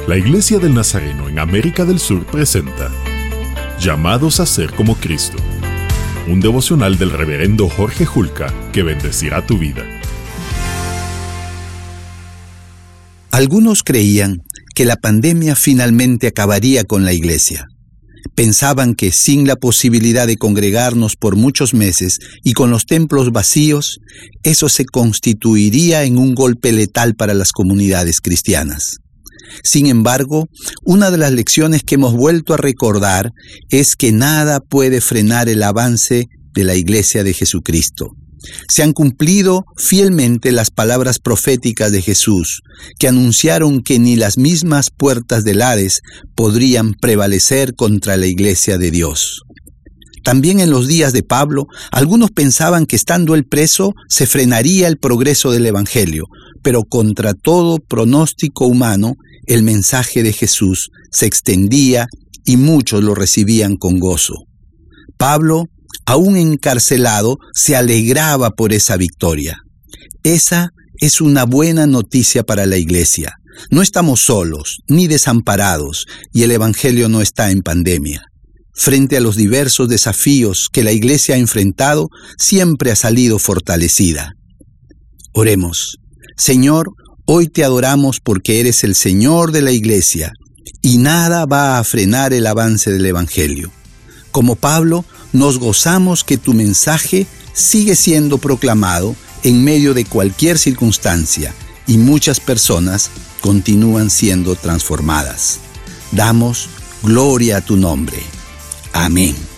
La Iglesia del Nazareno en América del Sur presenta Llamados a ser como Cristo, un devocional del reverendo Jorge Julca que bendecirá tu vida. Algunos creían que la pandemia finalmente acabaría con la iglesia. Pensaban que sin la posibilidad de congregarnos por muchos meses y con los templos vacíos, eso se constituiría en un golpe letal para las comunidades cristianas. Sin embargo, una de las lecciones que hemos vuelto a recordar es que nada puede frenar el avance de la Iglesia de Jesucristo. Se han cumplido fielmente las palabras proféticas de Jesús, que anunciaron que ni las mismas puertas del Hades podrían prevalecer contra la Iglesia de Dios. También en los días de Pablo, algunos pensaban que estando él preso se frenaría el progreso del Evangelio, pero contra todo pronóstico humano, el mensaje de Jesús se extendía y muchos lo recibían con gozo. Pablo, aún encarcelado, se alegraba por esa victoria. Esa es una buena noticia para la iglesia. No estamos solos ni desamparados y el Evangelio no está en pandemia. Frente a los diversos desafíos que la iglesia ha enfrentado, siempre ha salido fortalecida. Oremos. Señor, hoy te adoramos porque eres el Señor de la iglesia y nada va a frenar el avance del Evangelio. Como Pablo, nos gozamos que tu mensaje sigue siendo proclamado en medio de cualquier circunstancia y muchas personas continúan siendo transformadas. Damos gloria a tu nombre. Amén.